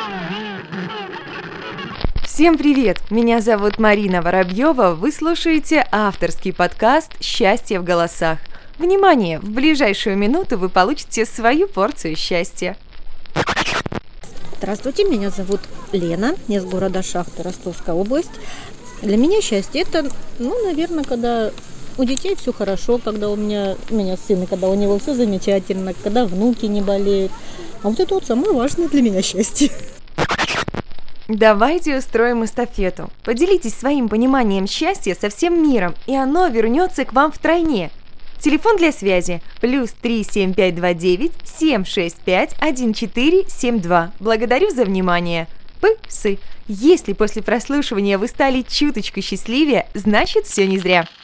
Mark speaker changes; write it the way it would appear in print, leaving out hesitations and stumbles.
Speaker 1: Всем привет! Меня зовут Марина Воробьева. Вы слушаете авторский подкаст «Счастье в голосах». Внимание! В ближайшую минуту вы получите свою порцию счастья.
Speaker 2: Здравствуйте, меня зовут Лена, я из города Шахты, Ростовская область. Для меня счастье это, наверное, когда у детей все хорошо, когда у меня сын, и когда у него все замечательно, когда внуки не болеют. А вот это вот самое важное для меня счастье.
Speaker 1: Давайте устроим эстафету. Поделитесь своим пониманием счастья со всем миром, и оно вернется к вам втройне. Телефон для связи +3 7529 765 1472. Благодарю за внимание. Псы. Если после прослушивания вы стали чуточку счастливее, значит все не зря.